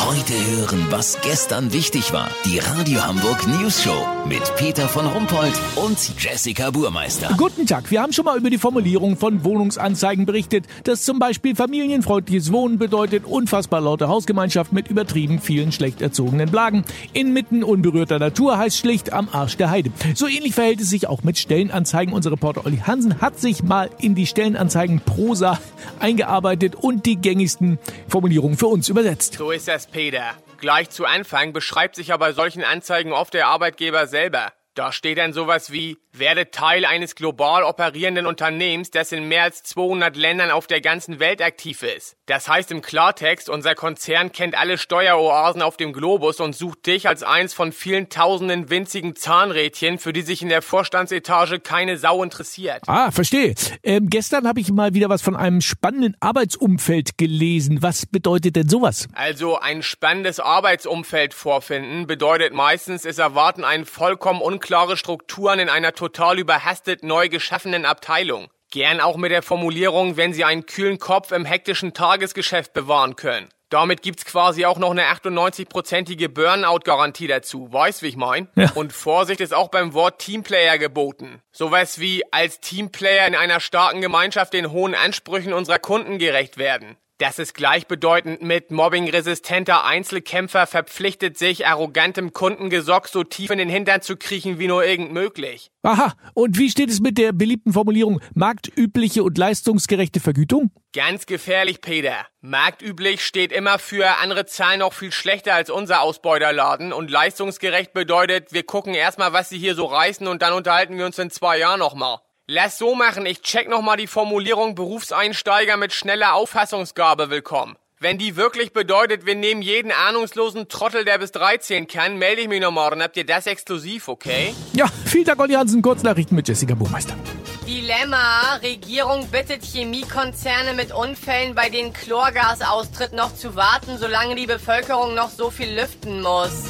Heute hören, was gestern wichtig war. Die Radio Hamburg News Show mit Peter von Rumpold und Jessica Burmeister. Guten Tag, wir haben schon mal über die Formulierung von Wohnungsanzeigen berichtet, dass zum Beispiel familienfreundliches Wohnen bedeutet unfassbar laute Hausgemeinschaft mit übertrieben vielen schlecht erzogenen Blagen. Inmitten unberührter Natur heißt schlicht am Arsch der Heide. So ähnlich verhält es sich auch mit Stellenanzeigen. Unser Reporter Olli Hansen hat sich mal in die Stellenanzeigen-Prosa eingearbeitet und die gängigsten Formulierungen für uns übersetzt. So ist das, Peter. Gleich zu Anfang beschreibt sich aber bei solchen Anzeigen oft der Arbeitgeber selber. Da steht dann sowas wie, werde Teil eines global operierenden Unternehmens, das in mehr als 200 Ländern auf der ganzen Welt aktiv ist. Das heißt im Klartext, unser Konzern kennt alle Steueroasen auf dem Globus und sucht dich als eins von vielen tausenden winzigen Zahnrädchen, für die sich in der Vorstandsetage keine Sau interessiert. Verstehe. Gestern habe ich mal wieder was von einem spannenden Arbeitsumfeld gelesen. Was bedeutet denn sowas? Also ein spannendes Arbeitsumfeld vorfinden bedeutet meistens, es erwarten einen vollkommen unklare Strukturen in einer total überhastet neu geschaffenen Abteilung. Gern auch mit der Formulierung, wenn Sie einen kühlen Kopf im hektischen Tagesgeschäft bewahren können. Damit gibt's quasi auch noch eine 98-prozentige Burnout-Garantie dazu. Weißt, wie ich mein? Ja. Und Vorsicht ist auch beim Wort Teamplayer geboten. Sowas wie als Teamplayer in einer starken Gemeinschaft den hohen Ansprüchen unserer Kunden gerecht werden. Das ist gleichbedeutend mit mobbingresistenter Einzelkämpfer verpflichtet sich, arrogantem Kundengesock so tief in den Hintern zu kriechen wie nur irgend möglich. Aha, und wie steht es mit der beliebten Formulierung marktübliche und leistungsgerechte Vergütung? Ganz gefährlich, Peter. Marktüblich steht immer für andere zahlen noch viel schlechter als unser Ausbeuterladen und leistungsgerecht bedeutet, wir gucken erstmal, was sie hier so reißen und dann unterhalten wir uns in 2 Jahren nochmal. Lass so machen, ich check nochmal die Formulierung Berufseinsteiger mit schneller Auffassungsgabe willkommen. Wenn die wirklich bedeutet, wir nehmen jeden ahnungslosen Trottel, der bis 13 kann, melde ich mich noch morgen. Habt ihr das exklusiv, okay? Ja, vielen Dank, Olli Hansen. Kurznachrichten mit Jessica Burmeister. Dilemma. Regierung bittet Chemiekonzerne mit Unfällen, bei denen Chlorgas austritt, noch zu warten, solange die Bevölkerung noch so viel lüften muss.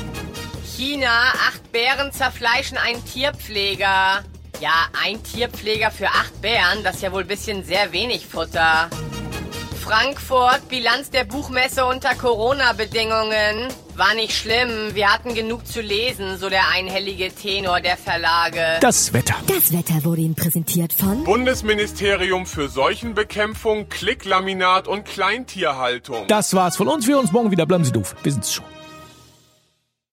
China. 8 Bären zerfleischen einen Tierpfleger. Ja, ein Tierpfleger für 8 Bären, das ist ja wohl ein bisschen sehr wenig Futter. Frankfurt, Bilanz der Buchmesse unter Corona-Bedingungen. War nicht schlimm, wir hatten genug zu lesen, so der einhellige Tenor der Verlage. Das Wetter. Das Wetter wurde Ihnen präsentiert von Bundesministerium für Seuchenbekämpfung, Klicklaminat und Kleintierhaltung. Das war's von uns. Wir hören uns morgen wieder. Bleiben Sie doof. Wir sind's schon.